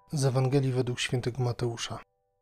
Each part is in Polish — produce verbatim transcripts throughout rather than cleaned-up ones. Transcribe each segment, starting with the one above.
Z Ewangelii według świętego Mateusza.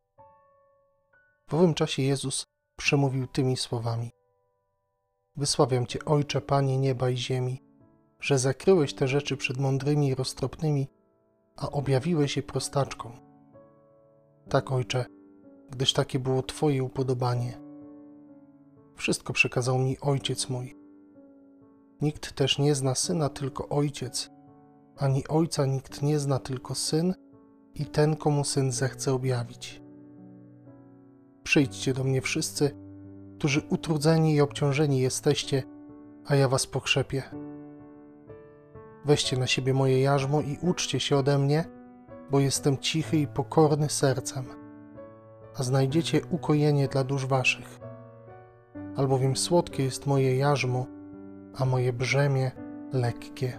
W owym czasie Jezus przemówił tymi słowami: Wysławiam Cię, Ojcze, Panie nieba i ziemi, że zakryłeś te rzeczy przed mądrymi i roztropnymi, a objawiłeś je prostaczkom. Tak, Ojcze, gdyż takie było Twoje upodobanie. Wszystko przekazał mi Ojciec mój. Nikt też nie zna Syna, tylko Ojciec, ani Ojca nikt nie zna, tylko Syn i ten, komu Syn zechce objawić. Przyjdźcie do mnie wszyscy, którzy utrudzeni i obciążeni jesteście, a ja was pokrzepię. Weźcie na siebie moje jarzmo i uczcie się ode mnie, bo jestem cichy i pokorny sercem, a znajdziecie ukojenie dla dusz waszych. Albowiem słodkie jest moje jarzmo, a moje brzemię lekkie.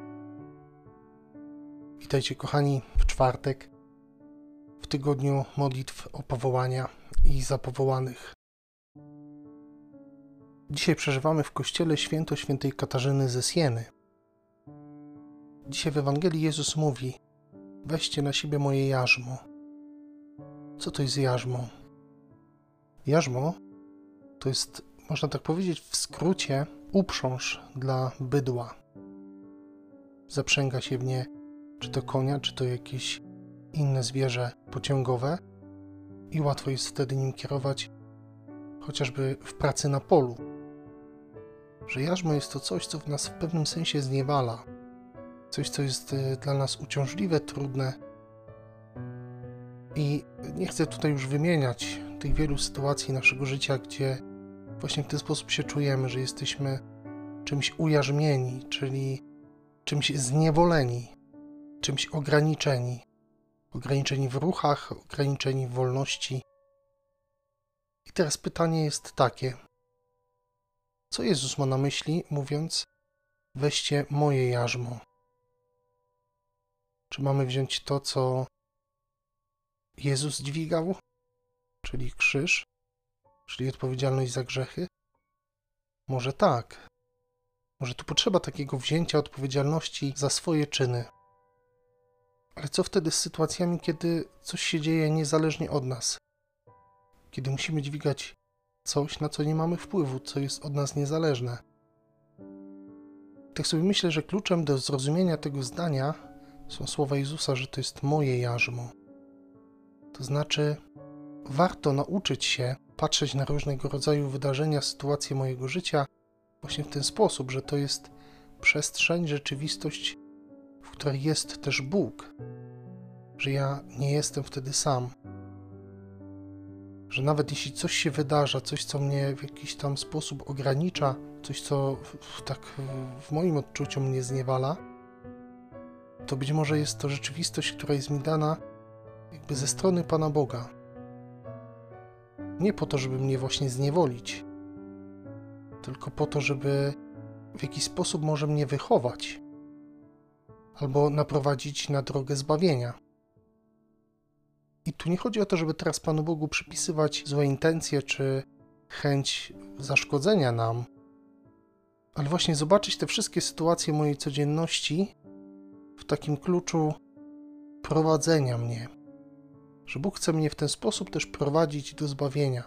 Witajcie, kochani, w czwartek, w tygodniu modlitw o powołania i zapowołanych. Dzisiaj przeżywamy w kościele święto świętej Katarzyny ze Sieny. Dzisiaj w Ewangelii Jezus mówi: weźcie na siebie moje jarzmo. Co to jest jarzmo? Jarzmo to jest, można tak powiedzieć w skrócie, uprząż dla bydła. Zaprzęga się w nie czy to konia, czy to jakieś inne zwierzę pociągowe i łatwo jest wtedy nim kierować, chociażby w pracy na polu. Że jarzmo jest to coś, co w nas w pewnym sensie zniewala. Coś, co jest dla nas uciążliwe, trudne. I nie chcę tutaj już wymieniać tych wielu sytuacji naszego życia, gdzie właśnie w ten sposób się czujemy, że jesteśmy czymś ujarzmieni, czyli czymś zniewoleni, czymś ograniczeni. Ograniczeni w ruchach, ograniczeni w wolności. I teraz pytanie jest takie: co Jezus ma na myśli, mówiąc: weźcie moje jarzmo? Czy mamy wziąć to, co Jezus dźwigał, czyli krzyż, czyli odpowiedzialność za grzechy? Może tak. Może tu potrzeba takiego wzięcia odpowiedzialności za swoje czyny. Ale co wtedy z sytuacjami, kiedy coś się dzieje niezależnie od nas? Kiedy musimy dźwigać coś, na co nie mamy wpływu, co jest od nas niezależne. Tak sobie myślę, że kluczem do zrozumienia tego zdania są słowa Jezusa, że to jest moje jarzmo. To znaczy, warto nauczyć się patrzeć na różnego rodzaju wydarzenia, sytuacje mojego życia właśnie w ten sposób, że to jest przestrzeń, rzeczywistość, w której jest też Bóg, że ja nie jestem wtedy sam, że nawet jeśli coś się wydarza, coś, co mnie w jakiś tam sposób ogranicza, coś, co tak w moim odczuciu mnie zniewala, to być może jest to rzeczywistość, która jest mi dana jakby ze strony Pana Boga. Nie po to, żeby mnie właśnie zniewolić, tylko po to, żeby w jakiś sposób może mnie wychować albo naprowadzić na drogę zbawienia. I tu nie chodzi o to, żeby teraz Panu Bogu przypisywać złe intencje czy chęć zaszkodzenia nam, ale właśnie zobaczyć te wszystkie sytuacje mojej codzienności w takim kluczu prowadzenia mnie, że Bóg chce mnie w ten sposób też prowadzić do zbawienia.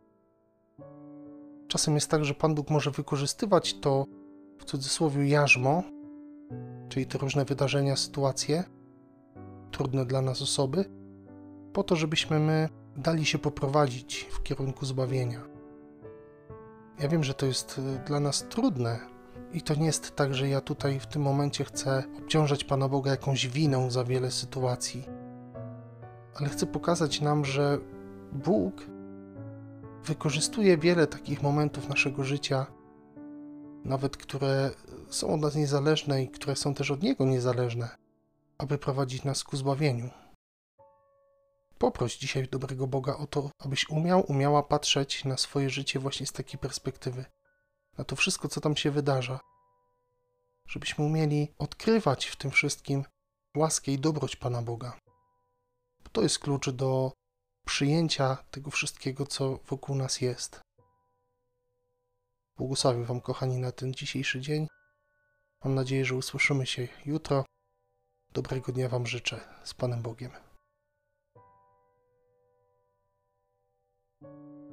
Czasem jest tak, że Pan Bóg może wykorzystywać to, w cudzysłowie, jarzmo, czyli te różne wydarzenia, sytuacje, trudne dla nas osoby, po to, żebyśmy my dali się poprowadzić w kierunku zbawienia. Ja wiem, że to jest dla nas trudne i to nie jest tak, że ja tutaj w tym momencie chcę obciążać Pana Boga jakąś winą za wiele sytuacji, ale chcę pokazać nam, że Bóg wykorzystuje wiele takich momentów naszego życia, nawet które są od nas niezależne i które są też od Niego niezależne, aby prowadzić nas ku zbawieniu. Poproś dzisiaj dobrego Boga o to, abyś umiał, umiała patrzeć na swoje życie właśnie z takiej perspektywy, na to wszystko, co tam się wydarza, żebyśmy umieli odkrywać w tym wszystkim łaskę i dobroć Pana Boga. Bo to jest klucz do przyjęcia tego wszystkiego, co wokół nas jest. Błogosławię Wam, kochani, na ten dzisiejszy dzień. Mam nadzieję, że usłyszymy się jutro. Dobrego dnia Wam życzę. Z Panem Bogiem.